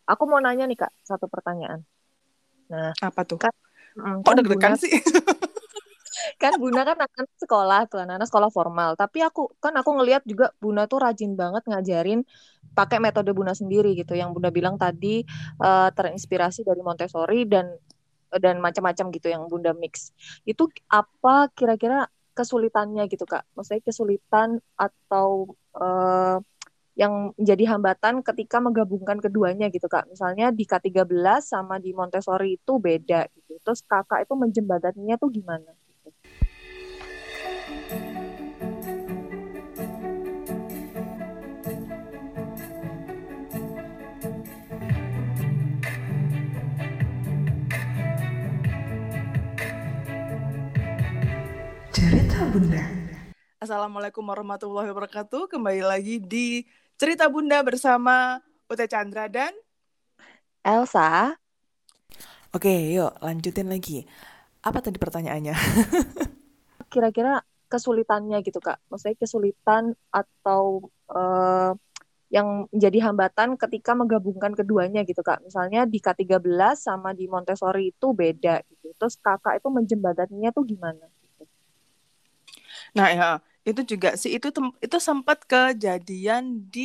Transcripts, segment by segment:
Aku mau nanya nih Kak, satu pertanyaan. Nah, Apa tuh? kan Kok kan Buna deg-degan sih? kan Buna kan anak sekolah tuh, anak sekolah formal. Tapi aku ngelihat juga Buna tuh rajin banget ngajarin pakai metode Buna sendiri gitu. Yang Bunda bilang tadi terinspirasi dari Montessori dan macam-macam gitu yang Bunda mix. Itu apa kira-kira kesulitannya gitu Kak? Maksudnya kesulitan atau yang menjadi hambatan ketika menggabungkan keduanya gitu Kak. Misalnya di K13 sama di Montessori itu beda gitu. Terus Kakak itu menjembataninya tuh gimana gitu. Cerita Bunda. Assalamualaikum warahmatullahi wabarakatuh. Kembali lagi di Cerita Bunda bersama Ute Chandra dan... Elsa, Oke, yuk lanjutin lagi. Apa tadi pertanyaannya? kira-kira kesulitannya gitu Kak. Maksudnya kesulitan atau yang menjadi hambatan ketika menggabungkan keduanya gitu Kak. Misalnya di K13 sama di Montessori itu beda gitu. Terus Kakak itu menjembataninya tuh gimana gitu. Nah ya, itu juga sih, itu sempat kejadian di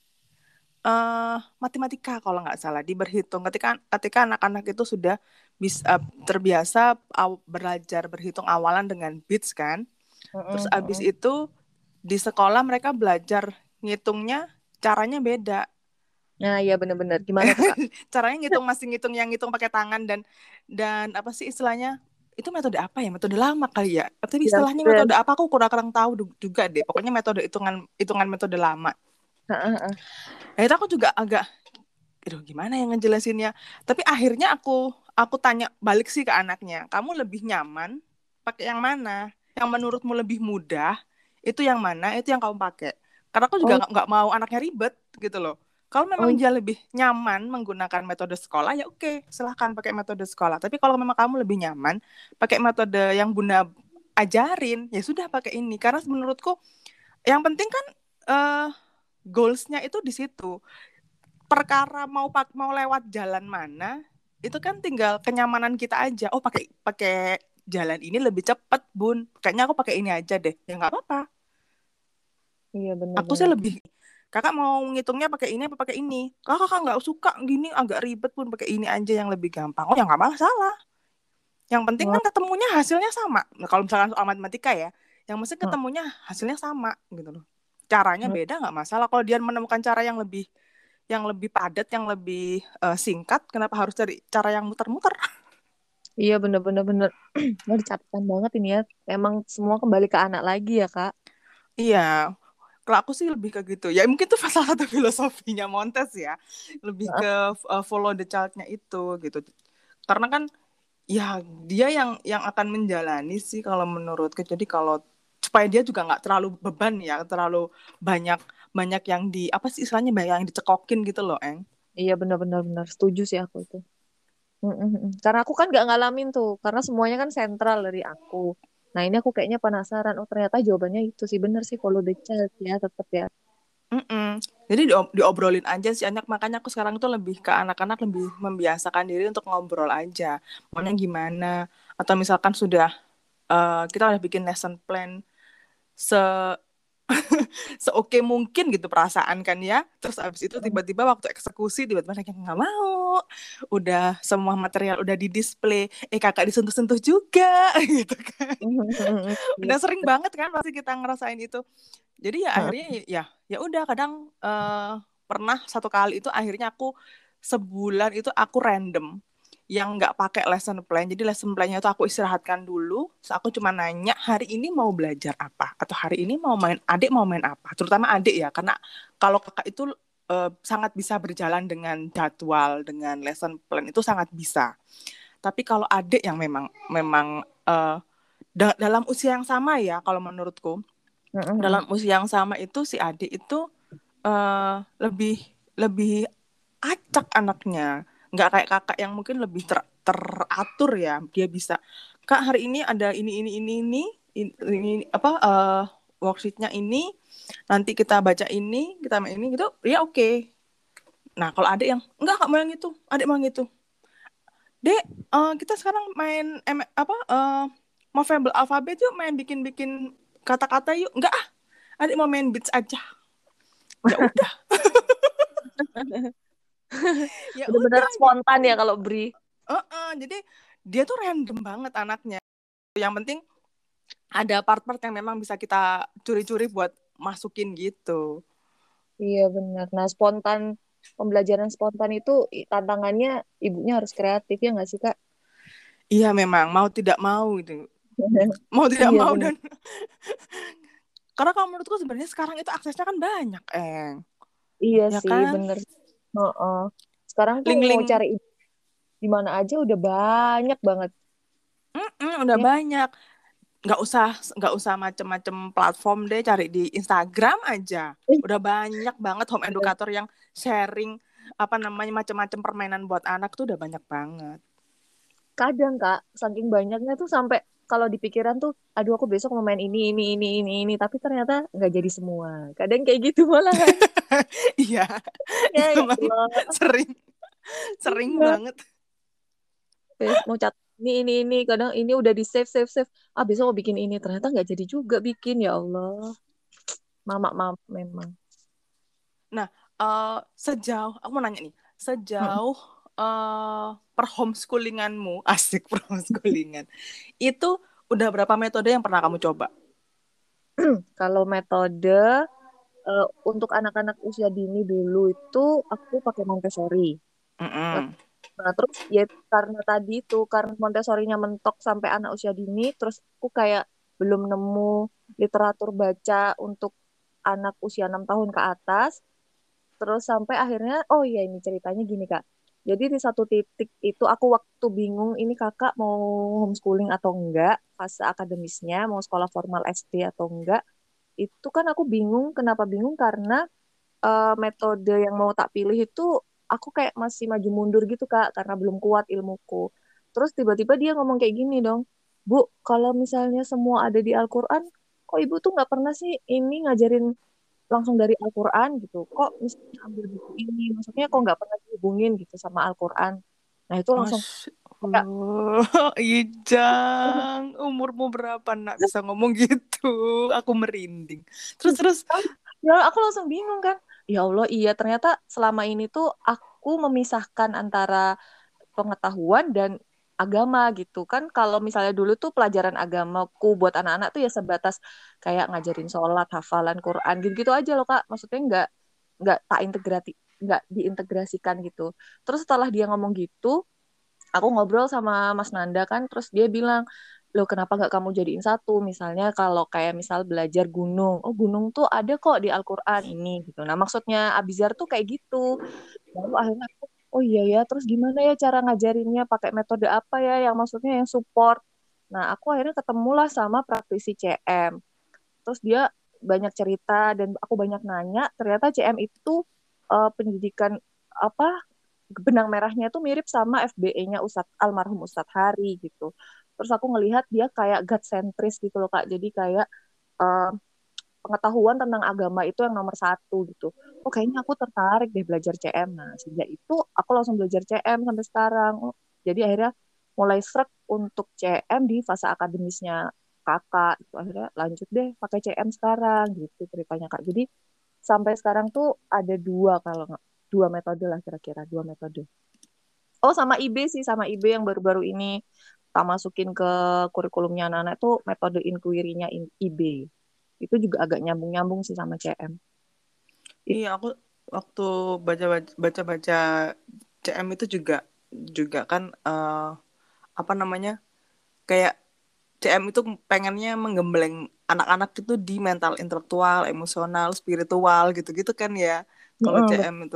matematika kalau nggak salah, di berhitung. Ketika anak-anak itu sudah bisa terbiasa belajar berhitung awalan dengan bits kan. Terus Mm-mm, abis mm-mm. itu di sekolah mereka belajar ngitungnya caranya beda. Nah, iya bener-bener. Gimana tuh Kak? Caranya ngitung, masih ngitung yang ngitung pakai tangan, dan apa sih istilahnya, itu metode apa ya, metode lama kali ya, tapi Ya, istilahnya metode apa aku kurang-kurang tahu juga deh, pokoknya metode hitungan hitungan metode lama. bener. Nah itu aku juga agak, aduh gimana yang ngejelasinnya, tapi akhirnya aku tanya balik sih ke anaknya, kamu lebih nyaman pakai yang mana, yang menurutmu lebih mudah, itu yang mana, itu yang kamu pakai. Karena aku juga Oh, nggak mau anaknya ribet gitu loh. Kalau oh memang dia lebih nyaman menggunakan metode sekolah, ya oke, silahkan pakai metode sekolah. Tapi kalau memang kamu lebih nyaman pakai metode yang Bunda ajarin, ya sudah pakai ini. Karena menurutku yang penting kan eh, goalsnya itu di situ. Perkara mau lewat jalan mana, itu kan tinggal kenyamanan kita aja. Oh, pakai pakai jalan ini lebih cepat, Bun. Kayaknya aku pakai ini aja deh. Ya nggak apa-apa. iya Aku sih bener-bener. lebih, kakak mau ngitungnya pakai ini apa pakai ini? Kakak nggak suka gini, agak ribet, Bun, pakai ini aja yang lebih gampang. Oh, ya nggak masalah. Yang penting Oh, kan ketemunya hasilnya sama. Nah, kalau misalkan soal matematika ya, yang mesti oh, ketemunya hasilnya sama gitu loh. Caranya oh. beda nggak masalah. Kalau dia menemukan cara yang lebih padat, yang lebih singkat, kenapa harus cari cara yang muter-muter? Iya bener-bener bener. Mau dicatatkan banget ini ya. Emang semua kembali ke anak lagi ya Kak. Iya, kalau aku sih lebih ke gitu. Ya mungkin itu salah satu filosofinya Montes ya, lebih ke Heeh. follow the child-nya itu gitu. Karena kan ya dia yang akan menjalani sih kalau menurutku. Jadi kalau supaya dia juga nggak terlalu beban ya, terlalu banyak banyak yang di apa sih istilahnya, banyak yang dicekokin gitu loh, Eng. Iya bener-bener bener. Setuju sih aku itu. Mm-mm, mm. Karena aku kan gak ngalamin tuh. Karena semuanya kan sentral dari aku. Nah ini aku kayaknya penasaran. Oh ternyata jawabannya itu sih. Bener sih follow the child ya tetap ya. Mm-mm. Jadi diobrolin aja sih anak, makanya aku sekarang tuh lebih ke anak-anak, lebih membiasakan diri untuk ngobrol aja. Maunya gimana? Atau misalkan sudah kita udah bikin lesson plan se seoke mungkin gitu perasaan kan ya. Terus abis itu Mm. tiba-tiba waktu eksekusi tiba-tiba mereka nggak mau. Udah semua material udah di display, kakak disentuh-sentuh juga gitu kan. Iya. Udah sering banget kan pasti kita ngerasain itu. Jadi ya Heeh. akhirnya ya udah kadang pernah satu kali itu akhirnya aku sebulan itu aku random yang nggak pakai lesson plan. Jadi lesson plan-nya itu aku istirahatkan dulu. Terus aku cuma nanya hari ini mau belajar apa, atau hari ini adik mau main apa. Terutama adik ya, karena kalau kakak itu sangat bisa berjalan dengan jadwal, dengan lesson plan itu sangat bisa. Tapi kalau adik yang memang memang dalam usia yang sama ya, kalau menurutku Mm-mm. dalam usia yang sama itu si adik itu lebih lebih acak anaknya, nggak kayak kakak yang mungkin lebih teratur ya, dia bisa kak hari ini ada ini apa worksheetnya ini, nanti kita baca ini, kita main ini gitu ya, oke. Nah, kalau adik yang enggak mau yang itu, adik mau yang itu. Dek, kita sekarang main movable alphabet yuk, main bikin-bikin kata-kata yuk. Enggak ah, adik mau main beats aja. Ya udah. Ya Bener-bener udah spontan gitu. ya kalau Bri. Jadi dia tuh random banget anaknya. Yang penting ada part-part yang memang bisa kita curi-curi buat masukin gitu. Iya benar. Nah pembelajaran spontan itu tantangannya ibunya harus kreatif ya nggak sih Kak? Iya memang mau tidak mau gitu. Mau tidak Iya mau benar. dan karena kalau menurutku sebenarnya sekarang itu aksesnya kan banyak, Iya ya sih kan? bener. Heeh. Sekarang tuh mau Link-link, cari di mana aja udah banyak banget. udah Ya, banyak. Nggak usah macem-macem platform deh, cari di Instagram aja. Udah banyak banget home educator yang sharing apa namanya macam-macam permainan buat anak tuh udah banyak banget. kadang Kak, saking banyaknya tuh sampai kalau di pikiran tuh, aduh aku besok mau main ini, tapi ternyata nggak jadi semua. Kadang kayak gitu malahan. Iya, Ya, ya emang Allah. sering sering Iya. banget. Mau cat ini, kadang ini udah di save. Ah, besok mau bikin ini, ternyata nggak jadi juga bikin, ya Allah. Mama memang. Nah, sejauh aku mau nanya nih, Mm. sejauh per homeschoolinganmu, asik per homeschoolingan, itu udah berapa metode yang pernah kamu coba? Kalau metode untuk anak-anak usia dini dulu itu aku pakai Montessori. Mm-mm. Nah, terus ya karena tadi itu, karena Montessori-nya mentok sampai anak usia dini, terus aku kayak belum nemu literatur baca untuk anak usia 6 tahun ke atas. Terus sampai akhirnya, oh iya ini ceritanya gini Kak. Jadi di satu titik itu aku waktu bingung ini kakak mau homeschooling atau enggak, fase akademisnya, mau sekolah formal SD atau enggak. Itu kan aku bingung, kenapa bingung? Karena metode yang mau tak pilih itu aku kayak masih maju mundur gitu Kak, karena belum kuat ilmuku. Terus tiba-tiba dia ngomong kayak gini dong, Bu, kalau misalnya semua ada di Al-Quran, kok Ibu tuh nggak pernah sih ini ngajarin langsung dari Al-Quran gitu? Kok misalnya ambil buku ini, maksudnya kok nggak pernah dihubungin gitu sama Al-Quran? Nah itu langsung Masya kayak, Allah, Ijang, umurmu berapa nak bisa ngomong gitu? Aku merinding. Terus, ya aku langsung bingung kan. Ya Allah, iya ternyata selama ini tuh aku memisahkan antara pengetahuan dan agama gitu kan. Kalau misalnya dulu tuh pelajaran agamaku buat anak-anak tuh ya sebatas kayak ngajarin sholat, hafalan Quran gitu-gitu aja loh Kak. Maksudnya nggak tak integrasi, nggak diintegrasikan gitu. Terus setelah dia ngomong gitu, aku ngobrol sama Mas Nanda kan, terus dia bilang, loh kenapa nggak kamu jadiin satu? Misalnya kalau kayak misal belajar gunung, oh gunung tuh ada kok di Al-Quran ini gitu. Nah maksudnya Abizar tuh kayak gitu. Lalu akhirnya aku, oh iya ya, terus gimana ya cara ngajarinnya, pakai metode apa ya yang maksudnya yang support. Nah aku akhirnya ketemulah sama praktisi CM. Terus dia banyak cerita dan aku banyak nanya, ternyata CM itu pendidikan apa benang merahnya itu mirip sama FBE-nya Ustadz almarhum Ustadz Hari gitu. Terus aku ngelihat dia kayak God centris gitu loh Kak. Jadi kayak uh, pengetahuan tentang agama itu yang nomor satu gitu. Oh kayaknya aku tertarik deh belajar CM. Nah sejak itu aku langsung belajar CM sampai sekarang. Oh, jadi akhirnya mulai srek untuk CM di fase akademisnya kakak. Gitu. Akhirnya lanjut deh pakai CM sekarang gitu ceritanya Kak. Jadi sampai sekarang tuh ada dua kalau nggak dua metode lah kira-kira dua metode. Oh sama IB sih sama IB yang baru-baru ini tak masukin ke kurikulumnya anak-anak tuh metode inquiry-nya IB. Itu juga agak nyambung-nyambung sih sama CM. iya aku waktu baca-baca CM itu juga kan apa namanya kayak CM itu pengennya menggembleng anak-anak itu di mental intelektual, emosional, spiritual gitu-gitu kan ya. Kalau CM itu.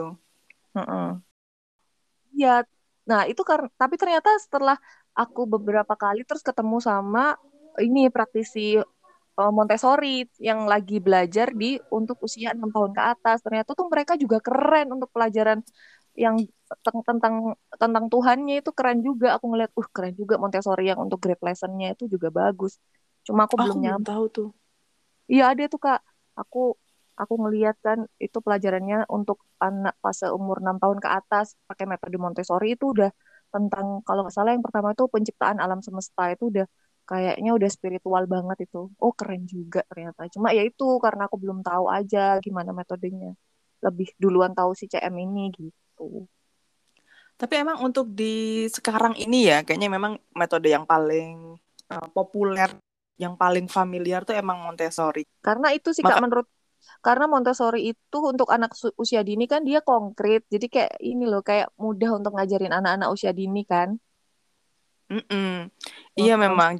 Iya, nah itu karena tapi ternyata setelah aku beberapa kali terus ketemu sama ini praktisi Montessori yang lagi belajar di untuk usia 6 tahun ke atas. Ternyata tuh mereka juga keren untuk pelajaran yang tentang tentang Tuhannya itu keren juga. Aku ngeliat, keren juga Montessori yang untuk grade lessonnya itu juga bagus. Cuma aku Oh, belum aku belum nyampe. tahu tuh. Iya ada tuh Kak. Aku Aku ngeliat kan itu pelajarannya untuk anak fase umur 6 tahun ke atas pakai metode Montessori itu udah tentang kalau nggak salah yang pertama itu penciptaan alam semesta itu udah kayaknya udah spiritual banget itu. Oh keren juga ternyata. Cuma ya itu karena aku belum tahu aja gimana metodenya. Lebih duluan tahu si CM ini gitu. Tapi emang untuk di sekarang ini ya, kayaknya memang metode yang paling populer, yang paling familiar tuh emang Montessori. Karena itu sih Kak Maka, menurut karena Montessori itu untuk anak usia dini kan dia konkret. Jadi kayak ini loh kayak mudah untuk ngajarin anak-anak usia dini kan. mm-mm. Iya Heeh. memang.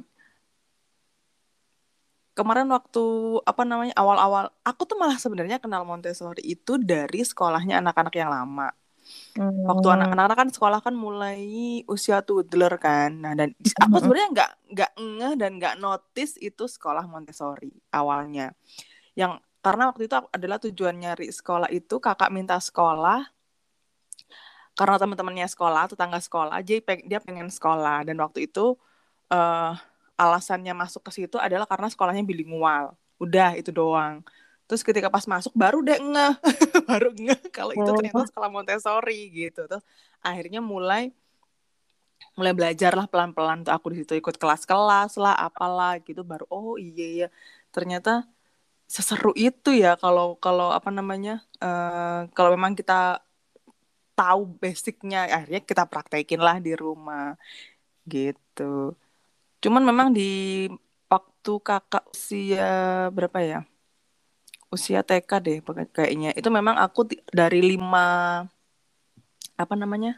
Kemarin waktu apa namanya awal-awal, aku tuh malah sebenarnya kenal Montessori itu dari sekolahnya anak-anak yang lama. Waktu Hmm. anak-anak kan sekolah kan mulai usia toddler kan. Nah, dan aku sebenarnya nggak ngeh dan nggak notice itu sekolah Montessori awalnya. Yang karena waktu itu adalah tujuan nyari sekolah itu kakak minta sekolah karena teman-temannya sekolah, tetangga sekolah, jadi dia pengen sekolah dan waktu itu eh alasannya masuk ke situ adalah karena sekolahnya bilingual. Udah itu doang. Terus ketika pas masuk baru deh ngeh, baru ngeh kalau itu ternyata Oh, sekolah Montessori gitu. Terus akhirnya mulai mulai belajar lah pelan-pelan tuh aku di situ ikut kelas-kelas lah apalah gitu baru oh iya ya ternyata seseru itu ya kalau kalau apa namanya kalau memang kita tahu basicnya akhirnya kita praktekin lah di rumah gitu. Cuman memang di waktu kakak usia berapa ya? Usia TK deh kayaknya. Itu memang aku dari apa namanya?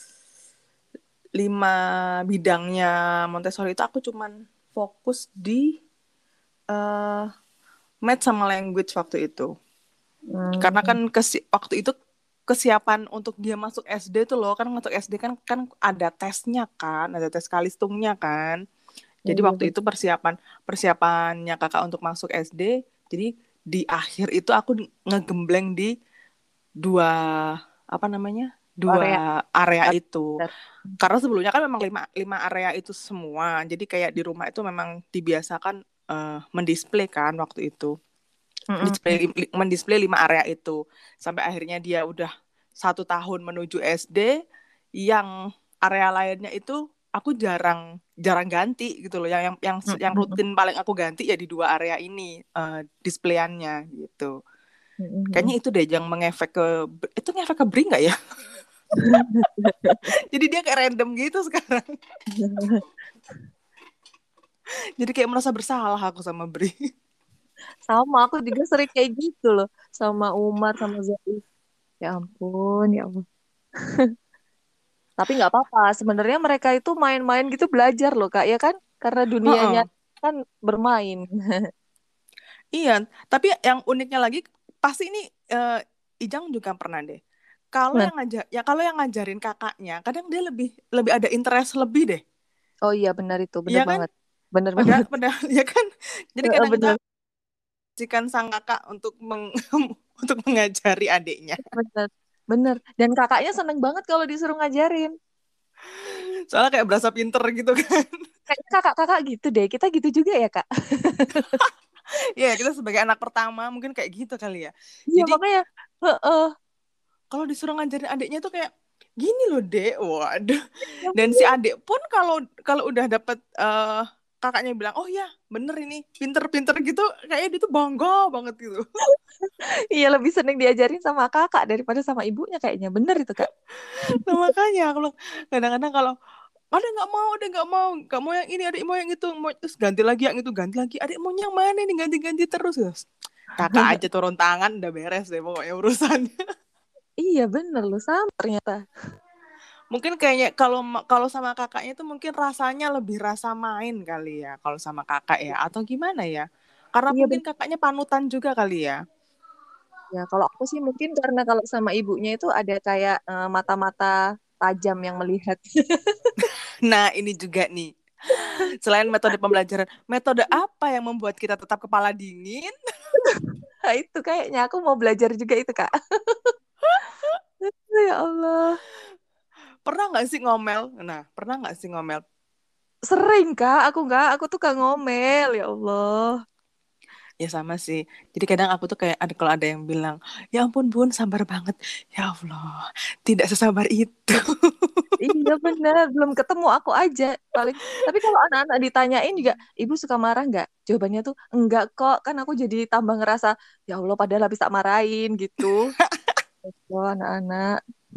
5 bidangnya Montessori itu aku cuman fokus di eh math sama language waktu itu. Karena hmm. kan waktu itu kesiapan untuk dia masuk SD tuh loh, kan masuk SD kan kan ada tesnya kan, ada tes kalistungnya kan. Jadi Iya waktu betul. itu persiapannya kakak untuk masuk SD. Jadi di akhir itu aku ngegembleng di dua apa namanya Area. 2 area itu. Benar. Karena sebelumnya kan memang lima area itu semua. Jadi kayak di rumah itu memang dibiasakan mendisplay kan waktu itu. Mm-mm. Mendisplay 5 area itu. Sampai akhirnya dia udah 1 tahun menuju SD, yang area lainnya itu aku jarang jarang ganti gitu loh. Yang Mm-mm. rutin paling aku ganti ya di 2 area ini displayannya gitu. Kayaknya Mm-mm. itu deh yang mengefek ke itu ngefek ke Bri nggak ya? Jadi dia kayak random gitu sekarang. Jadi kayak merasa bersalah aku sama Bri. Sama aku juga sering kayak gitu loh sama Umar sama Zoe. Ya ampun, ya ampun. Tapi nggak apa-apa. Sebenarnya mereka itu main-main gitu belajar loh Kak, ya kan? Karena dunianya Heeh. kan bermain. Iya, tapi yang uniknya lagi pasti ini Ijang juga pernah deh. Nah, Kalau yang ngajarin kakaknya, kadang dia lebih lebih ada interest lebih deh. oh iya benar itu, benar Iya kan? banget. Benar Pada banget. pada ya kan. Jadi kadang kita Benar, jika sang kakak untuk untuk mengajari adiknya. benar. Benar. Dan kakaknya seneng banget kalau disuruh ngajarin. Soalnya kayak berasa pinter gitu kan. Kayaknya kakak-kakak gitu deh. Kita gitu juga ya, Kak? Ya, kita sebagai anak pertama mungkin kayak gitu kali ya. Iya, Jadi makanya. Heeh. kalau disuruh ngajarin adiknya tuh kayak gini loh dek, waduh. Ya Dan si bener. adik pun kalau kalau udah dapet kakaknya bilang oh ya bener ini pinter-pinter gitu, kayaknya dia tuh bangga banget gitu. Iya, lebih seneng diajarin sama kakak daripada sama ibunya kayaknya. Bener itu, Kak. Nah makanya aku bilang kadang-kadang kalau ada nggak mau yang ini adik mau yang itu mau terus ganti lagi yang itu ganti lagi adik mau yang mana nih ganti-ganti terus guys. Kakak aja turun tangan udah beres deh pokoknya urusannya. Iya, bener loh. Sama ternyata. Mungkin kayaknya kalau kalau sama kakaknya itu mungkin rasanya lebih rasa main kali ya kalau sama kakak ya atau gimana ya? Karena Iya, mungkin bener. kakaknya panutan juga kali ya. Ya, kalau aku sih mungkin karena kalau sama ibunya itu ada kayak mata-mata tajam yang melihat. Nah, ini juga nih. Selain metode pembelajaran, metode apa yang membuat kita tetap kepala dingin? Nah, itu kayaknya aku mau belajar juga itu, Kak. Ya Allah. Pernah nggak sih ngomel? Nah, pernah nggak sih ngomel? Sering, Kak. Aku nggak. Aku tuh gak ngomel. Ya Allah. Ya sama sih. Jadi kadang aku tuh kayak ada kalau ada yang bilang, ya ampun Bun, sabar banget. Ya Allah, tidak sesabar itu. Iya benar, belum ketemu aku aja paling. Tapi kalau anak-anak ditanyain juga, ibu suka marah nggak? Jawabannya tuh enggak kok. Kan aku jadi tambah ngerasa, ya Allah padahal habis tak marahin gitu. Oh anak-anak.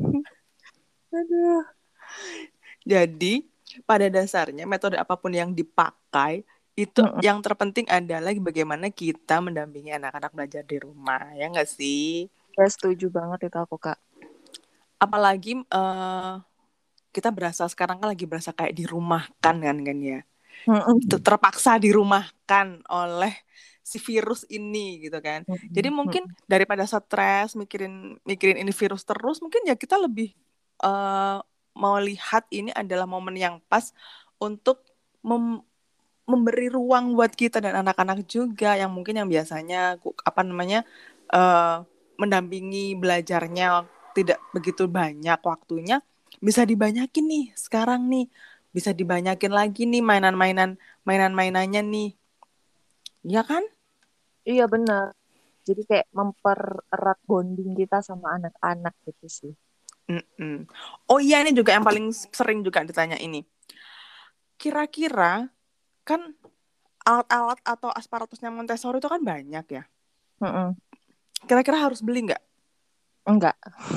Aduh. Jadi pada dasarnya metode apapun yang dipakai itu Mm-mm. yang terpenting adalah bagaimana kita mendampingi anak-anak belajar di rumah, ya nggak sih? Ya, setuju banget itu aku Kak. Apalagi kita berasa sekarang kan lagi berasa kayak dirumahkan kan ya. Mm-mm. Terpaksa dirumahkan oleh si virus ini gitu kan. Jadi Mm-mm. mungkin daripada stres mikirin mikirin ini virus terus, mungkin ya kita lebih eh, mau lihat ini adalah momen yang pas untuk memberi ruang buat kita dan anak-anak juga yang mungkin yang biasanya apa namanya eh, mendampingi belajarnya tidak begitu banyak waktunya, bisa dibanyakin nih sekarang nih, bisa dibanyakin lagi nih mainan-mainannya nih, ya kan? Iya benar. Jadi kayak mempererat bonding kita sama anak-anak gitu sih. Mm-mm. Oh iya, ini juga yang paling sering juga ditanya ini. Kira-kira kan alat-alat atau aparatusnya Montessori itu kan banyak ya. Mm-mm. Kira-kira harus beli nggak? Enggak.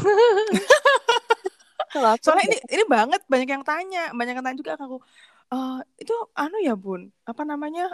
Kalau aku Soalnya enggak. ini banget banyak yang tanya juga ke aku. Itu anu ya Bun, apa namanya?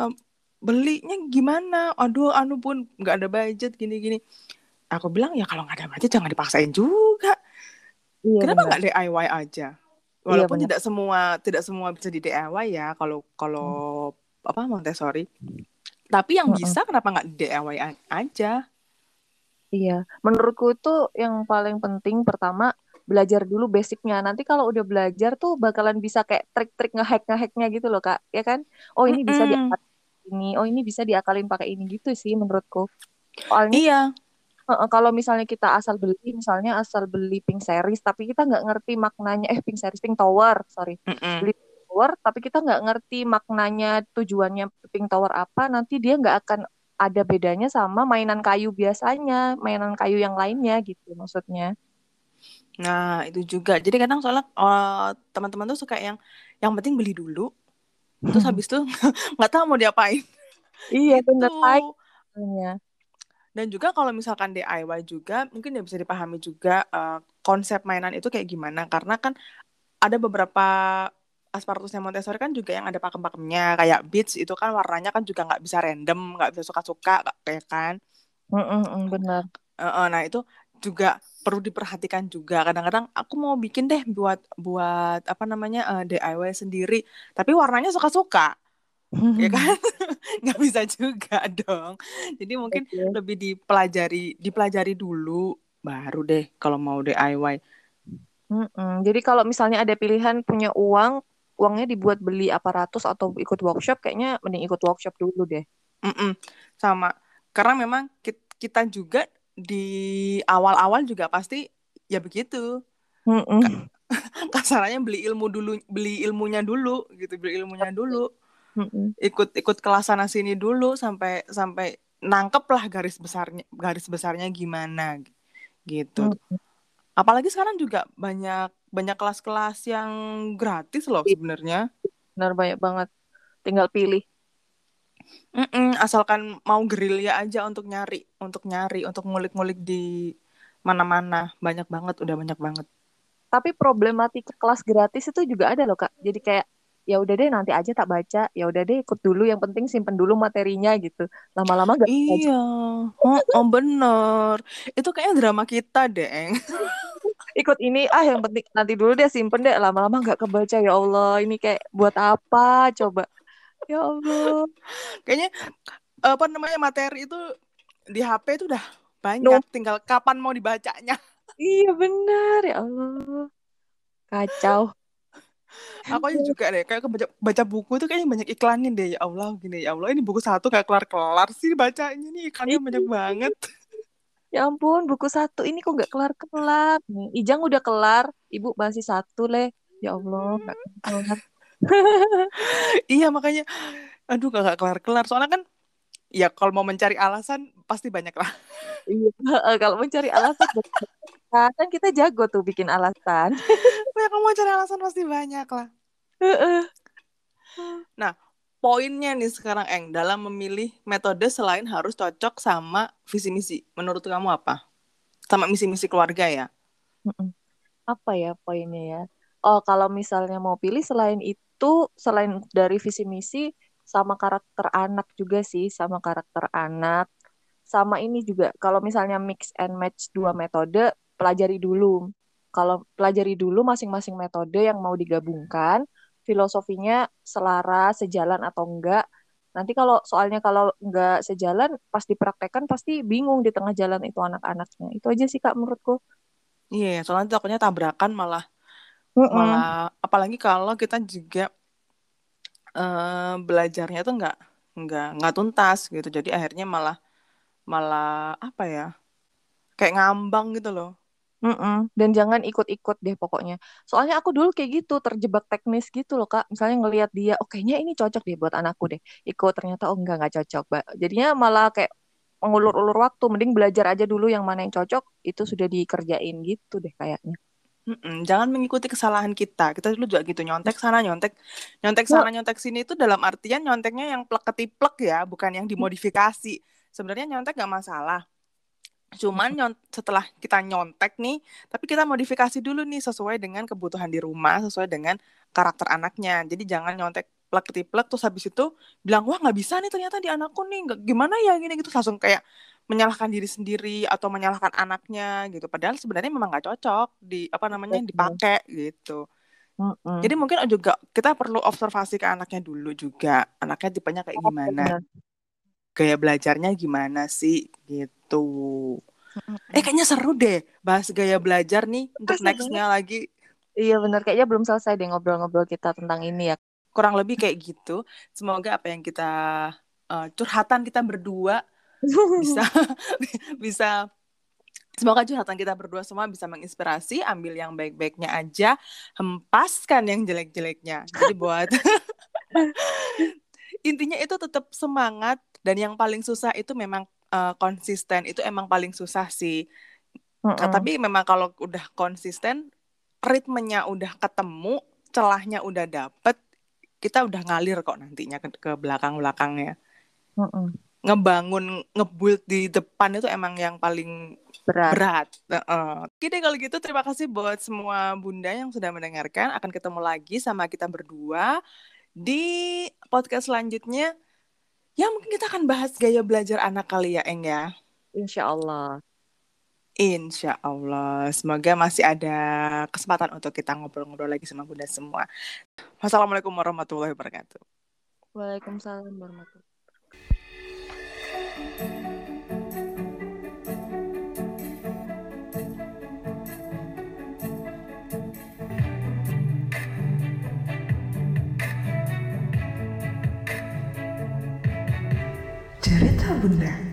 Belinya gimana? Aduh, anu Bun, nggak ada budget gini-gini. Aku bilang ya kalau nggak ada budget jangan dipaksain juga. Iya Kenapa benar. nggak DIY aja? Iya Walaupun benar. tidak semua bisa di DIY ya kalau kalau apa Montessori. Tapi yang Mm-mm. bisa kenapa nggak di DIY aja? Iya, menurutku itu yang paling penting pertama belajar dulu basicnya. Nanti kalau udah belajar tuh bakalan bisa kayak trik-trik ngehacknya gitu loh Kak, ya kan? Oh ini bisa Mm-mm. diakalin ini, oh ini bisa diakalin pakai ini gitu sih menurutku. Soalnya Iya. kalau misalnya kita asal beli, misalnya asal beli pink series, tapi kita nggak ngerti maknanya, pink series, pink tower, sorry, Mm-mm. beli pink tower, tapi kita nggak ngerti maknanya, tujuannya pink tower apa, nanti dia nggak akan ada bedanya sama mainan kayu biasanya, mainan kayu yang lainnya gitu maksudnya. Nah, itu juga. Jadi kadang soalnya teman-teman tuh suka yang penting beli dulu, terus habis itu nggak tahu mau diapain Iya gitu. bener kayaknya. Dan juga kalau misalkan DIY juga, mungkin ya bisa dipahami juga konsep mainan itu kayak gimana. Karena kan ada beberapa asparatusnya Montessori kan juga yang ada pakem-pakemnya. Kayak beats itu kan warnanya kan juga nggak bisa random, nggak bisa suka-suka, kayak kan. Bener. Nah itu juga perlu diperhatikan juga. Kadang-kadang aku mau bikin deh buat buat apa namanya DIY sendiri, tapi warnanya suka-suka, ya kan? Nggak bisa juga dong. Jadi mungkin Betul. lebih dipelajari dulu, baru deh kalau mau DIY. Jadi kalau misalnya ada pilihan punya uang, uangnya dibuat beli aparatus atau ikut workshop, kayaknya mending ikut workshop dulu deh. Mm-mm, sama. Karena memang kita juga di awal-awal juga pasti ya begitu. Mm-mm. Kasarannya beli ilmunya dulu gitu, beli ilmunya dulu. Mm-mm. Ikut kelas sana sini dulu sampai sampai nangkep lah garis besarnya gimana gitu. Mm-mm. Apalagi sekarang juga banyak banyak kelas-kelas yang gratis loh sebenarnya. Benar banyak banget. Tinggal pilih. Asalkan mau gerilya aja untuk ngulik-ngulik di mana-mana, banyak banget, udah banyak banget. Tapi problematika kelas gratis itu juga ada loh Kak. Jadi kayak ya udah deh nanti aja tak baca, ya udah deh ikut dulu yang penting simpen dulu materinya gitu. Lama-lama gak baca. Iya, oh, bener. Itu kayaknya drama kita deh, Eng. Ikut ini yang penting nanti dulu deh simpen deh lama-lama nggak kebaca ya Allah ini kayak buat apa coba ya Allah. Kayaknya apa namanya materi itu di HP itu udah banyak, No, tinggal kapan mau dibacanya. iya benar ya Allah kacau. Aku aja juga deh, kayak baca buku tuh kayaknya banyak iklannya deh. Ya Allah, gini ya Allah, ini buku satu kayak kelar-kelar sih bacanya nih, iklannya banyak banget. Ya ampun buku satu ini kok nggak kelar-kelar nih Ijang udah kelar ibu masih satu leh ya Allah nggak kelar. Iya makanya, aduh gak kelar-kelar. Soalnya kan Ya kalau mau mencari alasan pasti banyak lah. Iya. Kalau mencari alasan kan kita jago tuh bikin alasan. Ya kalau mau cari alasan pasti banyak lah. Heeh. Nah, poinnya nih sekarang Eng, dalam memilih metode selain harus cocok sama visi misi. Menurut kamu apa? Sama misi-misi keluarga ya? Mm-mm. Apa ya poinnya ya? Oh, kalau misalnya mau pilih selain itu, selain dari visi misi, sama karakter anak juga sih, sama karakter anak. Sama ini juga, kalau misalnya mix and match dua metode, pelajari dulu. Kalau pelajari dulu masing-masing metode yang mau digabungkan, filosofinya selaras, sejalan atau enggak. Nanti kalau soalnya kalau enggak sejalan, pas dipraktekkan pasti bingung di tengah jalan itu anak-anaknya. Itu aja sih Kak menurutku. Iya, soalnya takutnya tabrakan malah Mm-mm. malah apalagi kalau kita juga belajarnya tuh nggak tuntas gitu. Jadi akhirnya malah malah apa ya? Kayak ngambang gitu loh. Mm-mm. Dan jangan ikut-ikut deh pokoknya. Soalnya aku dulu kayak gitu, terjebak teknis gitu loh Kak. Misalnya ngelihat dia, oh kayaknya ini cocok deh buat anakku deh. Ikut ternyata oh enggak cocok, Mbak. Jadinya malah kayak mengulur-ulur waktu. Mending belajar aja dulu yang mana yang cocok, itu sudah dikerjain gitu deh kayaknya. Jangan mengikuti kesalahan kita. Kita dulu juga gitu nyontek sana, nyontek nyontek Nah, sana, nyontek sini itu dalam artian nyonteknya yang plek ketiplek ya, bukan yang dimodifikasi. Sebenarnya nyontek nggak masalah. Cuman setelah kita nyontek nih, tapi kita modifikasi dulu nih sesuai dengan kebutuhan di rumah, sesuai dengan karakter anaknya. Jadi jangan nyontek plek ketiplek terus habis itu bilang wah nggak bisa nih ternyata di anakku nih nggak gimana ya gini gitu langsung kayak menyalahkan diri sendiri atau menyalahkan anaknya gitu. Padahal sebenarnya memang nggak cocok di apa namanya betul. dipakai gitu. Mm-mm. Jadi mungkin juga kita perlu observasi ke anaknya dulu juga. Anaknya tipenya kayak Oh, gimana, benar. gaya belajarnya gimana sih gitu. Mm-mm. Kayaknya seru deh bahas gaya belajar nih untuk Seru banget. nextnya lagi. Iya benar, kayaknya belum selesai deh ngobrol-ngobrol kita tentang ini ya. Kurang lebih kayak gitu. Semoga apa yang kita curhatan kita berdua bisa bisa semoga curhatan kita berdua semua bisa menginspirasi. Ambil yang baik-baiknya aja, hempaskan yang jelek-jeleknya. Jadi buat intinya itu tetap semangat dan yang paling susah itu memang konsisten. Itu emang paling susah sih. Mm-mm. Tapi memang kalau udah konsisten, ritmenya udah ketemu, celahnya udah dapet, kita udah ngalir kok nantinya ke belakang-belakangnya. Mm-mm. Ngebangun, ngebuild di depan itu emang yang paling Berat. berat. Oke deh kalau gitu terima kasih buat semua bunda yang sudah mendengarkan. Akan ketemu lagi sama kita berdua di podcast selanjutnya. Ya mungkin kita akan bahas gaya belajar anak kali ya Eng ya. Insya Allah. Insya Allah, semoga masih ada kesempatan untuk kita ngobrol-ngobrol lagi sama bunda semua. Wassalamualaikum warahmatullahi wabarakatuh. Waalaikumsalam warahmatullahi. Cerita Bunda.